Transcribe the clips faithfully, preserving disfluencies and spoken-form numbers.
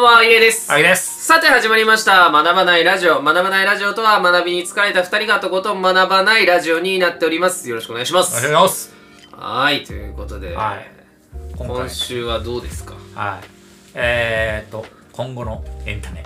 は、いえです。 あげです。 さて始まりました。学ばないラジオ。学ばないラジオとは、学びに疲れた二人がとことん学ばないラジオになっております。よろしくお願いします。 お願いします。 はい、ということで、 はい、 今, 今週はどうですか？ はい。えー、っと、今後のエンタメ。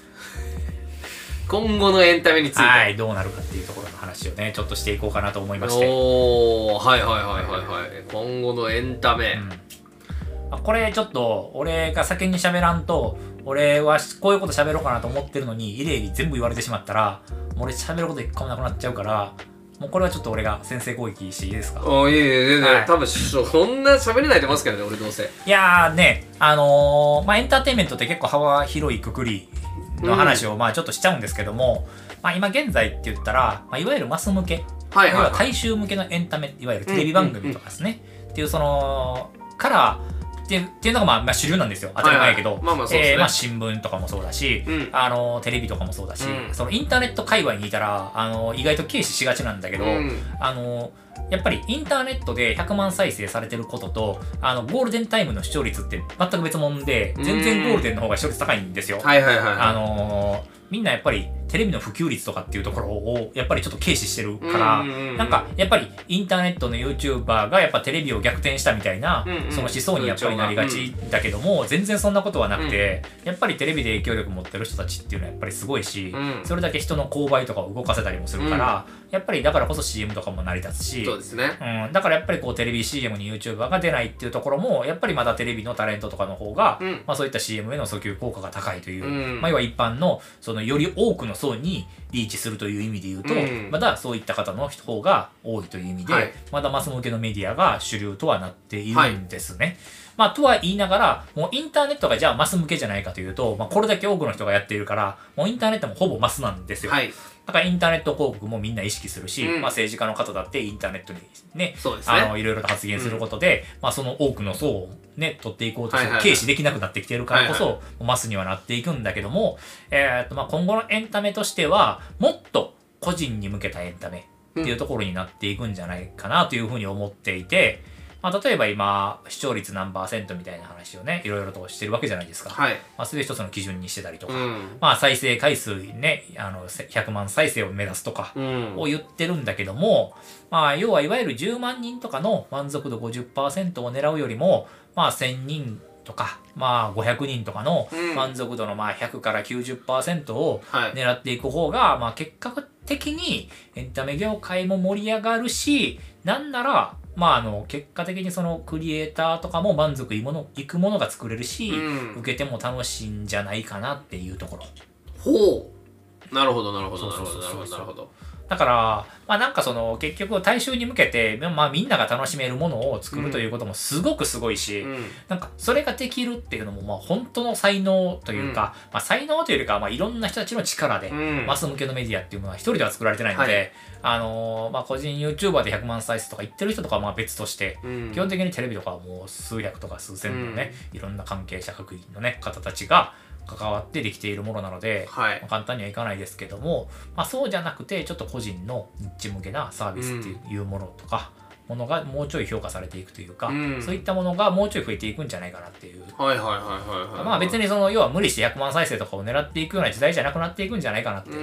今後のエンタメについて。 はい、どうなるかっていうところの話をね、ちょっとしていこうかなと思いまして。 おー、はいはいはいはいはい。今後のエンタメ。うんこれちょっと俺が先に喋らんと俺はこういうこと喋ろうかなと思ってるのにイレイに全部言われてしまったらもう俺喋ること一個もなくなっちゃうからもうこれはちょっと俺が先制攻撃していいですか？ あ、いえいえ全然、はい、多分そんな喋れないと思いますけどね俺どうせ。 いやーねあのー、まあエンターテインメントって結構幅広いくくりの話をまあちょっとしちゃうんですけども、うん、まあ今現在って言ったら、まあ、いわゆるマス向け、はいはいはい、大衆向けのエンタメいわゆるテレビ番組とかですね、うんうんうん、っていうそのからっていう、っていうのがまあ、まあ主流なんですよ。当たり前やけど。まあまあそうですね。えー、まあ新聞とかもそうだし、うん、あの、テレビとかもそうだし、うん、そのインターネット界隈にいたら、あの、意外と軽視しがちなんだけど、うん、あの、やっぱりインターネットでひゃくまん再生されてることと、あの、ゴールデンタイムの視聴率って全く別物で、全然ゴールデンの方が視聴率高いんですよ。 はいはいはい、はい。あのー、みんなやっぱりテレビの普及率とかっていうところをやっぱりちょっと軽視してるから、なんかやっぱりインターネットの YouTuber がやっぱテレビを逆転したみたいな、その思想にやっぱりなりがちだけども、全然そんなことはなくて、やっぱりテレビで影響力持ってる人たちっていうのはやっぱりすごいし、それだけ人の購買とかを動かせたりもするから、やっぱりだからこそ シーエム とかも成り立つし、 そうですね。 うん、だからやっぱりこうテレビ シーエム に YouTuber が出ないっていうところも、やっぱりまだテレビのタレントとかの方が、まあそういった シーエム への訴求効果が高いという、まあ要は一般のそのより多くの層にリーチするという意味で言うと、うん、まだそういった方の方が多いという意味で、はい、まだマス向けのメディアが主流とはなっているんですね。はい、まあ、とは言いながら、もうインターネットがじゃあマス向けじゃないかというと、まあ、これだけ多くの人がやっているから、もうインターネットもほぼマスなんですよ。はい、だからインターネット広告もみんな意識するし、うん、まあ政治家の方だってインターネットにね、そうですね、あのいろいろと発言することで、うん、まあその多くの層をね、取っていこうとして、軽視できなくなってきているからこそ、はいはい、マスにはなっていくんだけども、えー、っとまあ今後のエンタメとしては、もっと個人に向けたエンタメっていうところになっていくんじゃないかなというふうに思っていて、まあ、例えば今、視聴率何パーセントみたいな話をね、いろいろとしてるわけじゃないですか。はい。まあ、それで一つの基準にしてたりとか、うん、まあ、再生回数ね、あの、ひゃくまん再生を目指すとか、を言ってるんだけども、うん、まあ、要はいわゆるじゅうまんにんとかの満足度 ごじゅっパーセント を狙うよりも、まあ、せんにんとか、まあ、ごひゃくにんとかの満足度のまあひゃくからきゅうじゅっパーセントを狙っていく方が、まあ、結果的にエンタメ業界も盛り上がるし、なんなら、まあ、あの、結果的にそのクリエイターとかも満足いくもの、いくものが作れるし、うん、受けても楽しいんじゃないかなっていうところ。 ほう。なるほど、なるほど、なるほど、なるほど、なるほど。 だから、まあなんかその、結局大衆に向けて、まあみんなが楽しめるものを作るということもすごくすごいし、うん、なんかそれができるっていうのも、まあ本当の才能というか、うん、まあ才能というよりかは、まあいろんな人たちの力で、うん、マス向けのメディアっていうものは一人では作られてないので、はい、あのー、まあ個人 YouTuber でひゃくまん再生とか言ってる人とかはまあ別として、うん、基本的にテレビとかはもう数百とか数千のね、いろんな関係者各位のね、方たちが、関わってできているものなので、はい、まあ、簡単にはいかないですけども、まあ、そうじゃなくてちょっと個人のニッチ向けなサービスっていうものとか、ものがもうちょい評価されていくというか、うん、そういったものがもうちょい増えていくんじゃないかなっていう。 はいはいはいはいはい。 まあ別にその要は無理してひゃくまん再生とかを狙っていくような時代じゃなくなっていくんじゃないかなって。うん、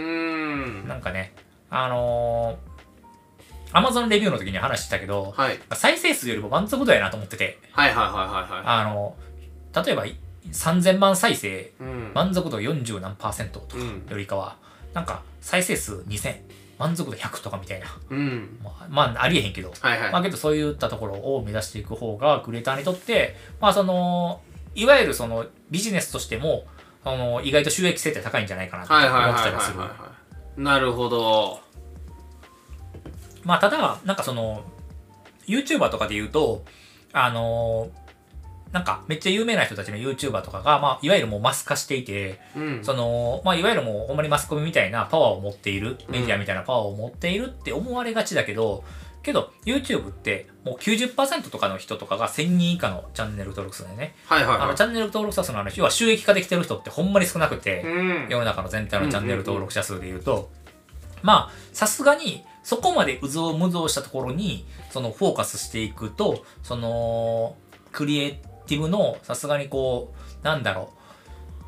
なんかね、あのー、Amazon レビューの時に話してたけど、はい、再生数よりも満足度やなと思ってて、 はいはいはいはいはい。 あの例えばさんぜんまん再生、うん、満足度よんじゅうなんパーセントとかよりかは、うん、なんか再生数にせん、満足度ひゃくとかみたいな、うん、まあ、まあありえへんけど、はいはい、まあけどそういったところを目指していく方がクリエイターにとって、まあそのいわゆるそのビジネスとしてもあの意外と収益性って高いんじゃないかなと思ってたりする。 なるほど。 まあただなんかその YouTuber とかで言うとあのなんか、めっちゃ有名な人たちの YouTuber とかが、まあ、いわゆるもうマス化していて、うん、その、まあ、いわゆるもうほんまにマスコミみたいなパワーを持っている、メディアみたいなパワーを持っているって思われがちだけど、けど、YouTube ってもう きゅうじゅっパーセント とかの人とかがせんにん以下のチャンネル登録数でね。はいはいはい。あの、チャンネル登録者数の話、要は収益化できてる人ってほんまに少なくて、うん、世の中の全体のチャンネル登録者数で言うと、うんうんうん、まあ、さすがに、そこまでうぞうむぞうしたところに、そのフォーカスしていくと、その、クリエイティブの、さすがにこう、なんだろう、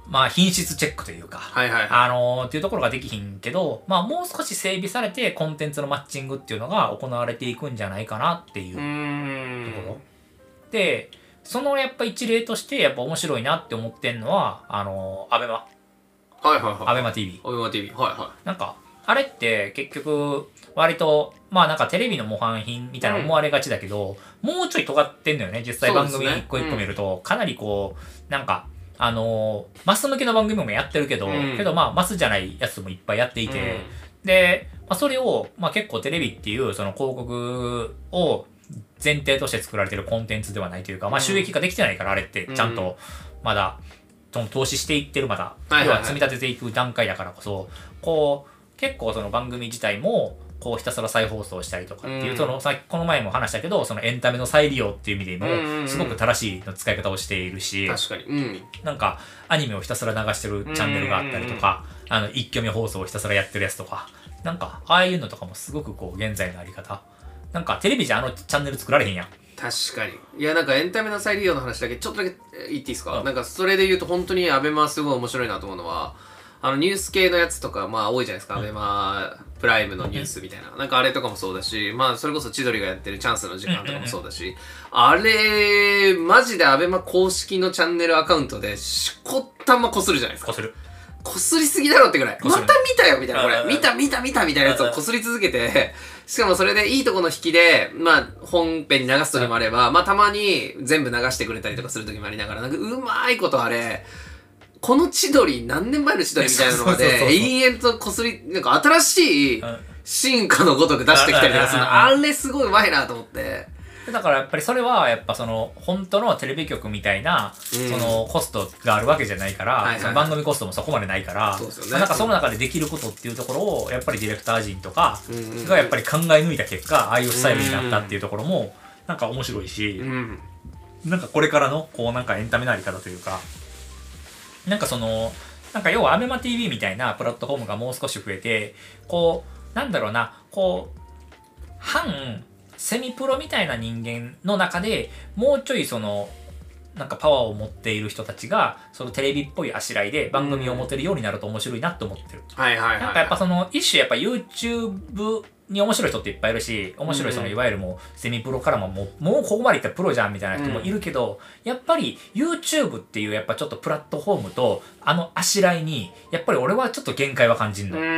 まあ品質チェックというか、 はいはいはい、 あのー、っていうところができひんけど、まあもう少し整備されてコンテンツのマッチングっていうのが行われていくんじゃないかなっていうところ。で、そのやっぱ一例としてやっぱ面白いなって思ってんのは、あのー、アベマ。 はいはいはい。 アベマ ティービー。 アベマ ティービー。はいはい。 なんか、あれって結局、割と、まあなんかテレビの模範品みたいな思われがちだけど、うん、もうちょい尖ってんのよね。実際番組一個一個見ると、ねうん、かなりこう、なんか、あのー、マス向けの番組もやってるけど、うん、けどまあマスじゃないやつもいっぱいやっていて、うん、で、まあ、それを、まあ結構テレビっていうその広告を前提として作られてるコンテンツではないというか、まあ収益化できてないからあれってちゃんとまだ、その投資していってるまだ、要は積み立てていく段階だからこそ、こう、結構その番組自体も、こうひたすら再放送したりとかっていう、うん、そのさこの前も話したけどそのエンタメの再利用っていう意味でもすごく正しいの使い方をしているし、 確かに、うん、 なんかアニメをひたすら流してるチャンネルがあったりとか、あの一挙目放送をひたすらやってるやつとか、なんかああいうのとかもすごくこう現在のあり方、なんかテレビじゃあのチャンネル作られへんやん。 確かに。いやなんかエンタメの再利用の話だけちょっとだけ言っていいですか、うん、なんかそれで言うと本当にアベマすごい面白いなと思うのは、あのニュース系のやつとかまあ多いじゃないですか、アベマプライムのニュースみたいな、なんかあれとかもそうだし、まあそれこそ千鳥がやってるチャンスの時間とかもそうだし、あれマジでアベマ公式のチャンネルアカウントでしこったまこするじゃないですか。 こするこすりすぎだろってぐらい、また見たよみたいな、これ見た見た見たみたいなやつをこすり続けて、しかもそれでいいとこの引きでまあ本編に流す時もあれば、まあたまに全部流してくれたりとかする時もありながら、なんかうまいことあれこの千鳥、何年前の千鳥みたいなので、延々とこすり、なんか新しい進化のごとく出してきたりとかするの、あれすごいうまいなと思って。 だからやっぱりそれは、やっぱその、本当のテレビ局みたいな、そのコストがあるわけじゃないから、その番組コストもそこまでないから、なんかその中でできることっていうところを、やっぱりディレクター陣とかがやっぱり考え抜いた結果、ああいうスタイルになったっていうところも、なんか面白いし、なんかこれからの、こうなんかエンタメのあり方というか、なんかその、なんか要はアベマ ティービー みたいなプラットフォームがもう少し増えて、こう、なんだろうな、こう、反セミプロみたいな人間の中でもうちょいその、なんかパワーを持っている人たちが、そのテレビっぽいあしらいで番組を持てるようになると面白いなって思ってる。 はいはいはい。 なんかやっぱその、一種やっぱ YouTube に面白い人っていっぱいいるし、面白いそのいわゆるもうセミプロからももう、もうここまでいったらプロじゃんみたいな人もいるけど、うん、やっぱり YouTube っていうやっぱちょっとプラットフォームとあのあしらいに、やっぱり俺はちょっと限界は感じるの。うん、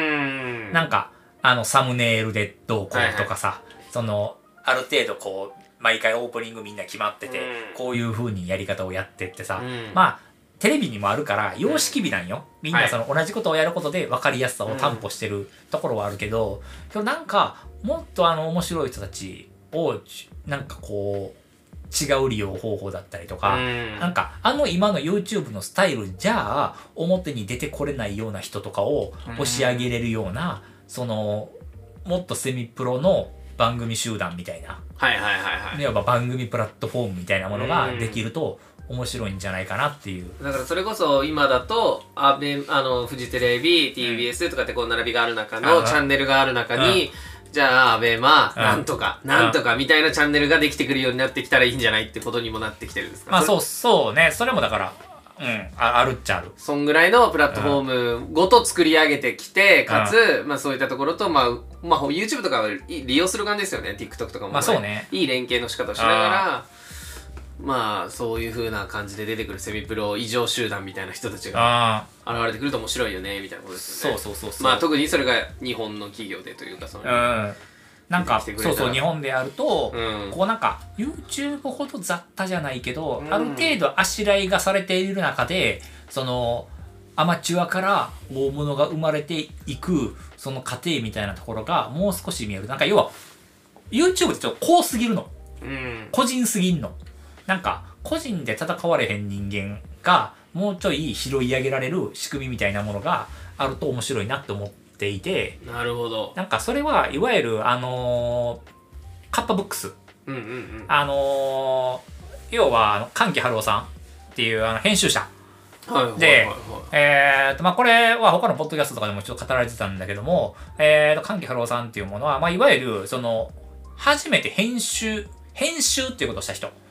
なんか、あのサムネイルでどうこうとかさ、はいはい、その、ある程度こう、毎回オープニングみんな決まってて、うん、こういう風にやり方をやってってさ、うん、まあ、テレビにもあるから様式美なんよ。みんなその同じことをやることで分かりやすさを担保してるところはあるけど、けどなんかもっとあの面白い人たちをなんかこう違う利用方法だったりとか、なんかあの今の YouTube のスタイルじゃあ表に出てこれないような人とかを押し上げれるような、そのもっとセミプロの番組集団みたいな、 はいはいはいはい、 いわば番組プラットフォームみたいなものができると面白いんじゃないかなっていう。 だからそれこそ今だとアベあのフジテレビ ティービーエス とかってこう並びがある中の、うん、チャンネルがある中に、うん、じゃあアベマ、うん、なんとか、うん、なんとかみたいなチャンネルができてくるようになってきたらいいんじゃないってことにもなってきてるんですか。 まあそうそうね、それもだからうん、あ, あるっちゃある。 そんぐらいのプラットフォームごと作り上げてきて、かつ、まあそういったところと、まあ、まあ YouTube とかを利用する感じですよね。TikTok とかも、ね。 まあそうね。 いい連携の仕方をしながら、まあそういう風な感じで出てくるセミプロ異常集団みたいな人たちが現れてくると面白いよね、みたいなことですよね。 そうそうそうそう。 まあ特にそれが日本の企業でというか、その、 うんなんかそうそう日本でやると、 うん、 こうなんか YouTube ほど雑多じゃないけど、うん、ある程度あしらいがされている中でそのアマチュアから大物が生まれていくその過程みたいなところがもう少し見える。なんか要は YouTube ってちょっとこうすぎるの、 うん、 個人すぎんの。なんか個人で戦われへん人間がもうちょい拾い上げられる仕組みみたいなものがあると面白いなって思ってていて、 なるほど。 なんかそれはいわゆるあのー、カッパブックス、 うんうんうん、 あのー、要はあの神木春夫さんっていうあの編集者、 はいはいはいはい、 で、えーとまあこれは他のポッドキャストとかでもちょっと語られてたんだけども、えーと神木春夫さんっていうものはまあいわゆるその初めて編集編集っていうことをした人。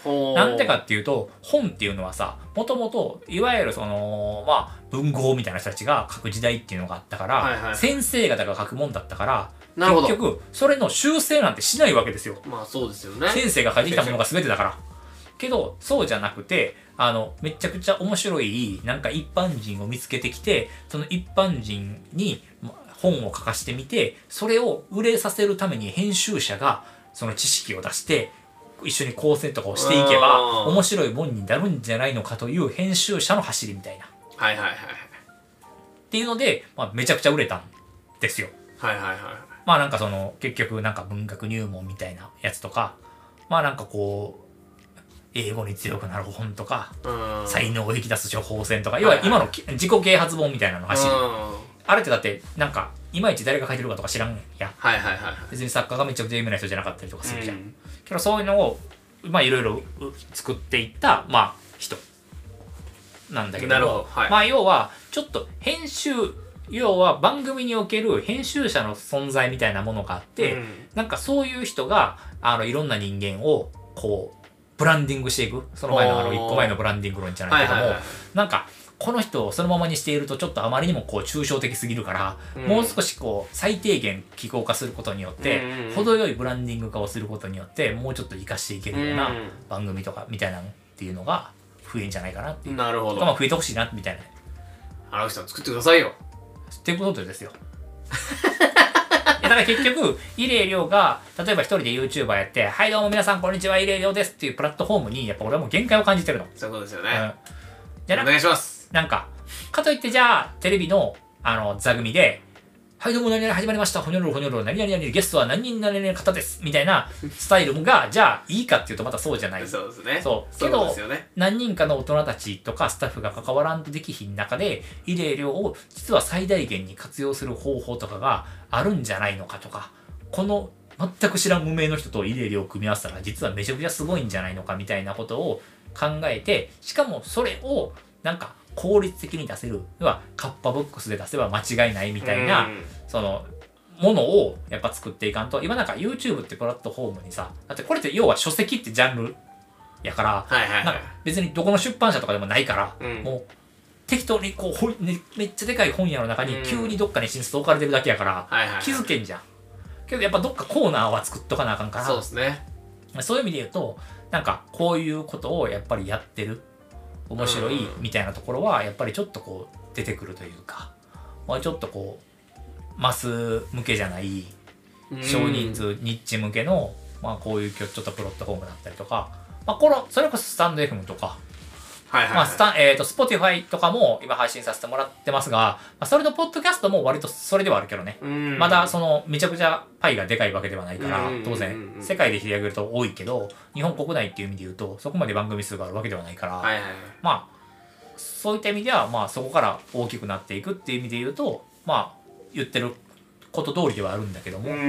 なんでかっていうと、本っていうのはさ、もともといわゆるそのまあ文豪みたいな人たちが書く時代っていうのがあったから、はいはい、先生方が書くもんだったから、結局それの修正なんてしないわけですよ。 まあそうですよね。 先生が書いてきたものが全てだから。けどそうじゃなくて、あのめちゃくちゃ面白いなんか一般人を見つけてきて、その一般人に本を書かしてみて、それを売れさせるために編集者がその知識を出して一緒に構成とかをしていけば面白い本になるんじゃないのかという編集者の走りみたいな。 はいはいはい。 っていうので、まあ、めちゃくちゃ売れたんですよ。 はいはいはい。 まあなんかその結局なんか文学入門みたいなやつとか、まあなんかこう英語に強くなる本とか、才能を引き出す処方箋とか、要は今の自己啓発本みたいなの走り。あれってだってなんかいまいち誰が書いてるかとか知らんや。 はいはいはい。 別に作家がめちゃくちゃ有名な人じゃなかったりとかするじゃん。うん、けどそういうのをまあいろいろ作っていったまあ人なんだけど、 なるほど、はい、 まあ要はちょっと編集、要は番組における編集者の存在みたいなものがあって、うん、なんかそういう人があのいろんな人間をこうブランディングしていく、その前のあのいっこまえのブランディング論じゃないけども、はいはいはい、なんかこの人をそのままにしているとちょっとあまりにもこう抽象的すぎるから、うん、もう少しこう最低限記号化することによって、うんうん、程よいブランディング化をすることによってもうちょっと活かしていけるような番組とかみたいなっていうのが増えんじゃないかなっていう。 なるほど。 まあ増えてほしいなみたいな。 荒木さん作ってくださいよ。 っていうことですよ。だから結局、イレイリョウが、例えば一人で YouTuber やって、はいどうも皆さんこんにちは、イレイリョウですっていうプラットフォームに、やっぱ俺はもう限界を感じてるの。 そういうことですよね。 うん、じゃお願いします。 なんか、かといってじゃあ、テレビの、あの、座組で、はいどうも何々始まりました、ほにょろろほにょろろ、何々何々ゲストは何々何々の方です、みたいなスタイルが、じゃあいいかっていうとまたそうじゃない。 そうですね。 そう。けど、そうですよね、何人かの大人たちとかスタッフが関わらんとできひん中で、イレイリョウを実は最大限に活用する方法とかがあるんじゃないのかとか、この全く知らん無名の人とイレイリョウを組み合わせたら実はめちゃくちゃすごいんじゃないのかみたいなことを考えて、しかもそれをなんか効率的に出せる、要はカッパボックスで出せば間違いないみたいな、そのものをやっぱ作っていかんと。今なんか YouTube ってプラットフォームにさ、だってこれって要は書籍ってジャンルやから、 はいはいはい、 なんか別にどこの出版社とかでもないから、うん、もう適当にこう、ね、めっちゃでかい本屋の中に急にどっかに進出置かれてるだけやから、うん、気づけんじゃん。けどやっぱどっかコーナーは作っとかなあかんから、 そうですね。 そういう意味で言うと、なんかこういうことをやっぱりやってる面白いみたいなところはやっぱりちょっとこう出てくるというか、まあ、ちょっとこうマス向けじゃない少人数ニッチ向けの、まあ、こういうちょっとプロットフォームだったりとか、まあ、このそれこそスタンド エフエム とか、 はいはいはい、 まあスタンえーと Spotify とかも今配信させてもらってますが、まあ、それとポッドキャストも割とそれではあるけどね、まだそのめちゃくちゃパイがでかいわけではないから、当然世界で取り上げると多いけど日本国内っていう意味で言うとそこまで番組数があるわけではないから、 はいはいはい、 まあそういった意味ではまあそこから大きくなっていくっていう意味で言うと、まあ言ってること通りではあるんだけども、うん、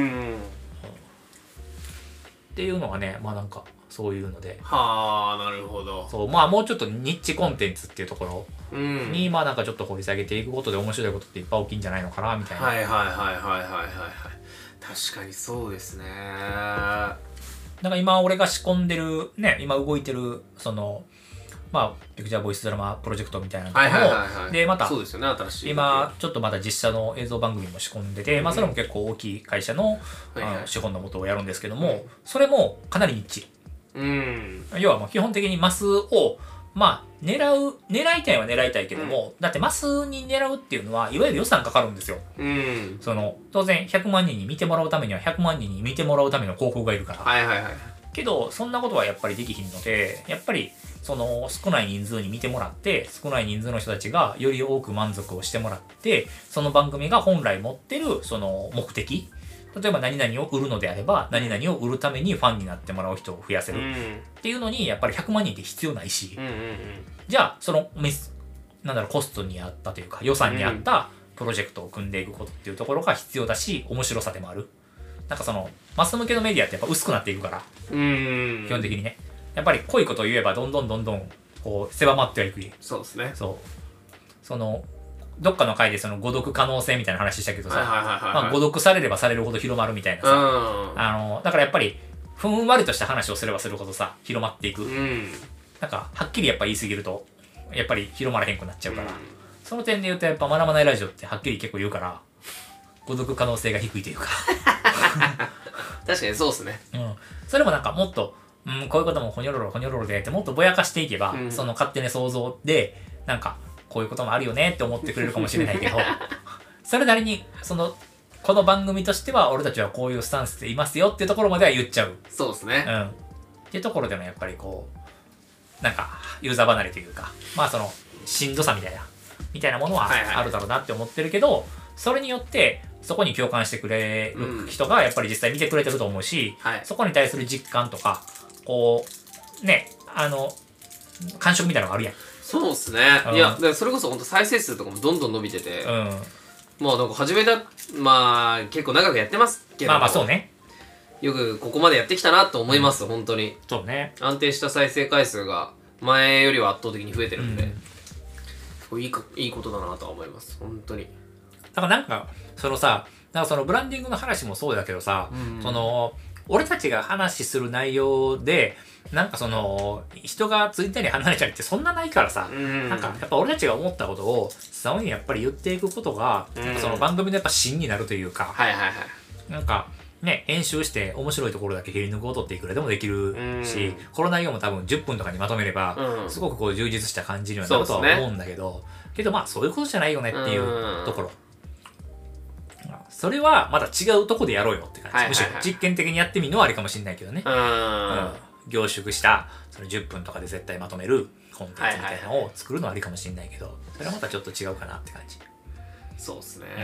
っていうのがね、まあなんかそういうので、 はあ、なるほど。 そう、まあもうちょっとニッチコンテンツっていうところに、うん、まあなんかちょっと掘り下げていくことで面白いことっていっぱい起きんじゃないのかなみたいな。 はいはいはいはいはいはいはい。確かにそうですね。 なんか今俺が仕込んでるね、今動いてるそのまあピクチャーボイスドラマプロジェクトみたいなのも、でまたそうですよね、新しい今ちょっとまた実写の映像番組も仕込んでて、うん、まあそれも結構大きい会社の、あの資本のもとをやるんですけども、うん、それもかなりニッチ。うん、要はもう基本的にマスをまあ狙う狙いたいは狙いたいけども、うん、だってマスに狙うっていうのはいわゆる予算かかるんですよ。うん、その当然ひゃくまんにんに見てもらうためにはひゃくまんにんに見てもらうための広告がいるから。 はいはいはい。 けどそんなことはやっぱりできひんので、やっぱりその少ない人数に見てもらって少ない人数の人たちがより多く満足をしてもらって、その番組が本来持ってるその目的、例えば何々を売るのであれば何々を売るためにファンになってもらう人を増やせるっていうのにやっぱりひゃくまんにんって必要ないし、うんうんうん、じゃあそのなんだろうコストに合ったというか予算に合ったプロジェクトを組んでいくことっていうところが必要だし、面白さでもある。なんかそのマス向けのメディアってやっぱ薄くなっていくから、うん、基本的にねやっぱり濃いことを言えばどんどんどんどんこう狭まってはいく。 そうですね。 そうそのどっかの回でその誤読可能性みたいな話したけどさ、まあ、誤読されればされるほど広まるみたいなさ、あのだからやっぱりふんわりとした話をすればするほどさ広まっていく、 うん、 なんかはっきりやっぱ言い過ぎるとやっぱり広まらへんくなっちゃうから、 うん、 その点で言うとやっぱ学ばないラジオってはっきり結構言うから孤独可能性が低いというか確かにそうっすね。 うん。それもなんかもっと、うん、こういうこともほにょろろほにょろろでってもっとぼやかしていけば、うん、その勝手な想像で、なんかこういうこともあるよねって思ってくれるかもしれないけど、それなりに、その、この番組としては俺たちはこういうスタンスでいますよっていうところまでは言っちゃう。 そうですね。 うん。っていうところでもやっぱりこう、なんか、ユーザー離れというか、まあその、しんどさみたいな、みたいなものはあるだろうなって思ってるけど、はいはい、それによって、そこに共感してくれる人がやっぱり実際見てくれてると思うし、うん、そこに対する実感とか、こう、ね、あの、感触みたいなのがあるやん。 そうっすね。うん、いや、それこそ本当再生数とかもどんどん伸びてて、うん、もうなんか初めだ、まあ結構長くやってますけど、 まあまあそうね。 よくここまでやってきたなと思います、うん、本当に。 そうね。 安定した再生回数が前よりは圧倒的に増えてるんで、うん、いいか、いいことだなとは思います、本当に。 だからなんか、そのさ、なんかそのブランディングの話もそうだけどさ、うんうん、その、俺たちが話する内容で、なんかその、人がツイッターに離れちゃうってそんなないからさ、うんうん、なんかやっぱ俺たちが思ったことを素直にやっぱり言っていくことが、うん、なんかその番組のやっぱ芯になるというか、 はいはいはい。 なんか、ね、編集して面白いところだけ切り抜くことっていくらでもできるし、うん、この内容も多分じゅっぷんとかにまとめれば、うん、すごくこう充実した感じにはなるとは思うんだけど、ね、けどまあそういうことじゃないよねっていうところ。それはまた違うとこでやろうよって感じ。はいはいはい、むしろ実験的にやってみるのはありかもしれないけどね。うん、凝縮したそのじゅっぷんとかで絶対まとめるコンテンツみたいなのを作るのはありかもしれないけど、それはまたちょっと違うかなって感じ。 そうですね、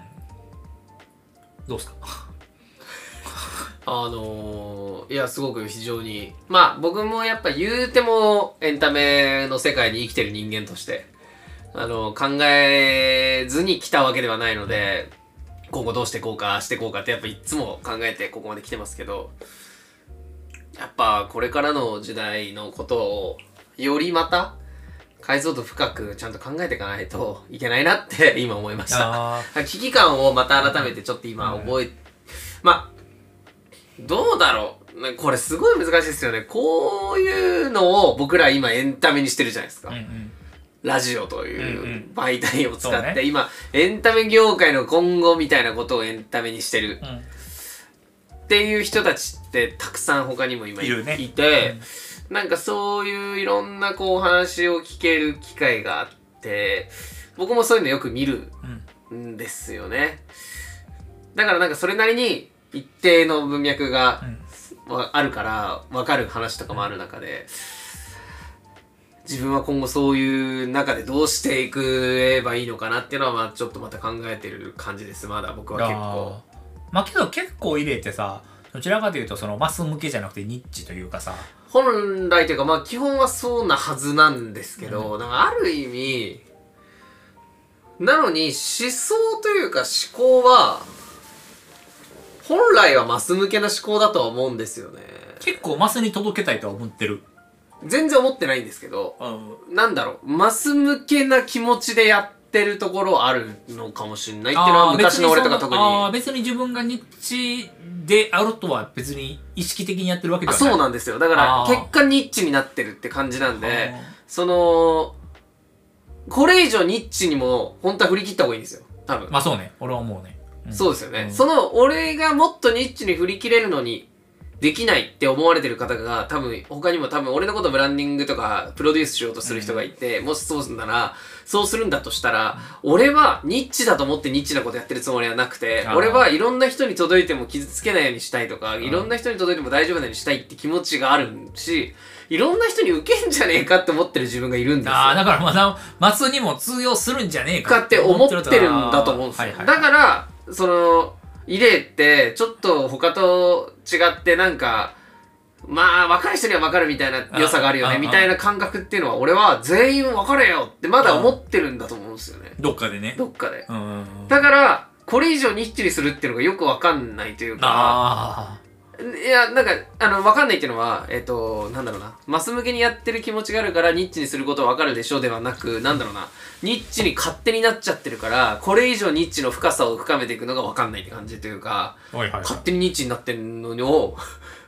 うん。どうですかあのー、いやすごく非常にまあ僕もやっぱ言うてもエンタメの世界に生きてる人間としてあの考えずに来たわけではないので、今後どうしていこうかしていこうかってやっぱいつも考えてここまで来てますけど、やっぱこれからの時代のことをよりまた解像度深くちゃんと考えていかないといけないなって今思いました。危機感をまた改めてちょっと今覚え、うん、まあどうだろうこれすごい難しいですよね。こういうのを僕ら今エンタメにしてるじゃないですか。うんうん、ラジオという媒体を使って、うんうんね、今エンタメ業界の今後みたいなことをエンタメにしてる、うん、っていう人たちってたくさん他にも今 い, る、ね、いて、うん、なんかそういういろんなこう話を聞ける機会があって僕もそういうのよく見るんですよね。だからなんかそれなりに一定の文脈があるから分かる話とかもある中で、自分は今後そういう中でどうしていけばいいのかなっていうのはまあちょっとまた考えてる感じです。まだ僕は結構まあけど結構入れてさ、どちらかというとそのマス向けじゃなくてニッチというかさ、 本来というかまあ基本はそうなはずなんですけど、うん、なんかある意味なのに思想というか思考は本来はマス向けの思考だとは思うんですよね。 結構マスに届けたいとは思ってる。 全然思ってないんですけど、うん、なんだろう、マス向けな気持ちでやってるところあるのかもしれないっていうのは昔の俺とか特に。 ああ、別に自分がニッチであるとは別に意識的にやってるわけではない。 そうなんですよ。だから結果ニッチになってるって感じなんで、そのこれ以上ニッチにも本当は振り切った方がいいんですよ。多分。 まあそうね。俺は思うね。 うん、そうですよね、うん。その俺がもっとニッチに振り切れるのにできないって思われてる方が多分他にも多分俺のことブランディングとかプロデュースしようとする人がいて、うん、もしそうするならそうするんだとしたら、うん、俺はニッチだと思ってニッチなことやってるつもりはなくて、俺はいろんな人に届いても傷つけないようにしたいとか、いろんな人に届いても大丈夫なようにしたいって気持ちがあるし、いろんな人に受けんじゃねえかって思ってる自分がいるんですよ。 ああ、だからまだ松にも通用するんじゃねえかって思ってるんだと思うんですよ。はいはい、だからそのイレイってちょっと他と違ってなんかまあ分かる人には分かるみたいな良さがあるよねみたいな感覚っていうのは俺は全員分かれよってまだ思ってるんだと思うんですよね。 どっかでね。 どっかで。だからこれ以上ニッチにするっていうのがよく分かんないというか。いやなんかあの分かんないっていうのはえっとなんだろうな、マス向けにやってる気持ちがあるからニッチにすることは分かるでしょうではなく、なんだろうな、ニッチに勝手になっちゃってるからこれ以上ニッチの深さを深めていくのが分かんないって感じというか、はいはいはい、勝手にニッチになってるのを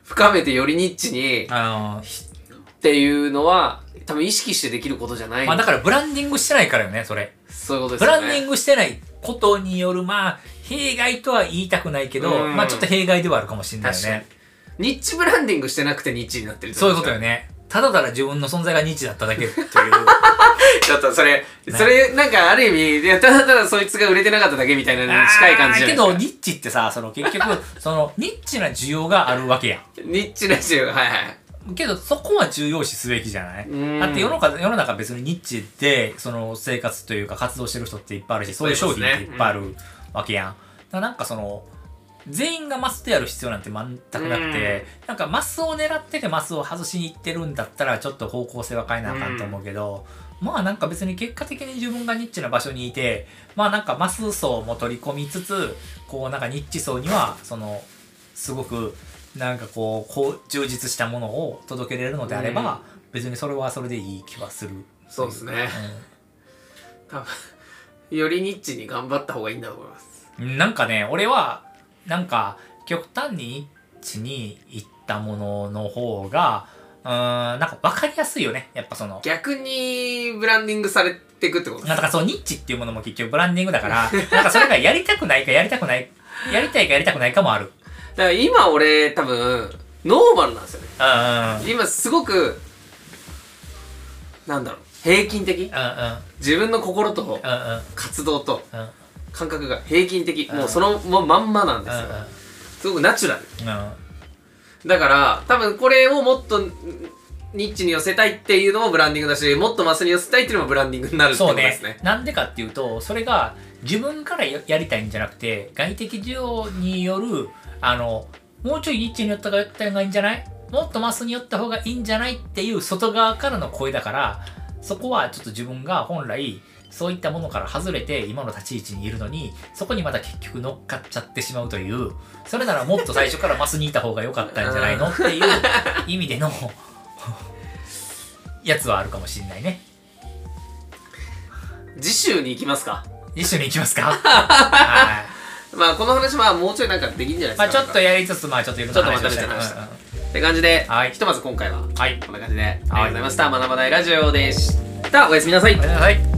深めてよりニッチにあのっていうのは多分意識してできることじゃない。 まあだからブランディングしてないからよね、それ。 そういうことですよね。 ブランディングしてないことによる、まあ、弊害とは言いたくないけど、まあちょっと弊害ではあるかもしれないよね。 ニッチブランディングしてなくてニッチになってるってそういうことよね。ただただ自分の存在がニッチだっただけっていう。 ちょっとそれ、それなんかある意味、いやただただそいつが売れてなかっただけみたいなのに近い感じじゃないですか。 けどニッチってさ、その結局、そのニッチな需要があるわけやん。 ニッチな需要、はいはい。 けどそこは重要視すべきじゃない。だって世の中世の中別にニッチでその生活というか活動してる人っていっぱいあるし、そういう商品っていっぱいあるわけやん。だからなんかその全員がマスでやる必要なんて全くなくて、なんかマスを狙っててマスを外しに行ってるんだったらちょっと方向性は変えなあかんと思うけど、まあなんか別に結果的に自分がニッチな場所にいて、まあなんかマス層も取り込みつつ、こうなんかニッチ層にはそのすごくなんかこう、こう充実したものを届けれるのであれば、うん、別にそれはそれでいい気はする。 そうですね。うん、多分よりニッチに頑張った方がいいんだと思います。 なんかね、俺はなんか極端にニッチにいったものの方が、うーん、なんか分かりやすいよね。やっぱその逆にブランディングされていくってことですか。 なんかそうニッチっていうものも結局ブランディングだから、なんかそれがやりたくないかやりたくない、やりたいかやりたくないかもある。 だから今俺多分ノーマルなんですよね。 うんうん、 今すごくなんだろう、平均的、うんうん、自分の心と活動と感覚が平均的、うん、もうそのまんまなんですよ、うんうん、すごくナチュラル、うん、だから多分これをもっとニッチに寄せたいっていうのもブランディングだし、もっとマスに寄せたいっていうのもブランディングになるってことですね。 そうね。なんでかっていうと、それが自分からやりたいんじゃなくて、外的需要によるあのもうちょいニッチに寄った方がいいんじゃない？もっとマスに寄った方がいいんじゃないっていう外側からの声だから、そこはちょっと自分が本来そういったものから外れて今の立ち位置にいるのに、そこにまた結局乗っかっちゃってしまうという、それならもっと最初からマスにいた方が良かったんじゃないのっていう意味でのやつはあるかもしれないね。 次週に行きますか。 次週に行きますか。はい。 まあこの話はもうちょいなんかできんじゃないですか。 まあちょっとやりつつ、まあちょっといろんな話をしてました。って感じで、はい、ひとまず今回はこんな感じで、ありがとうございました。学ばないラジオでした。おやすみなさい。 おやすみなさい。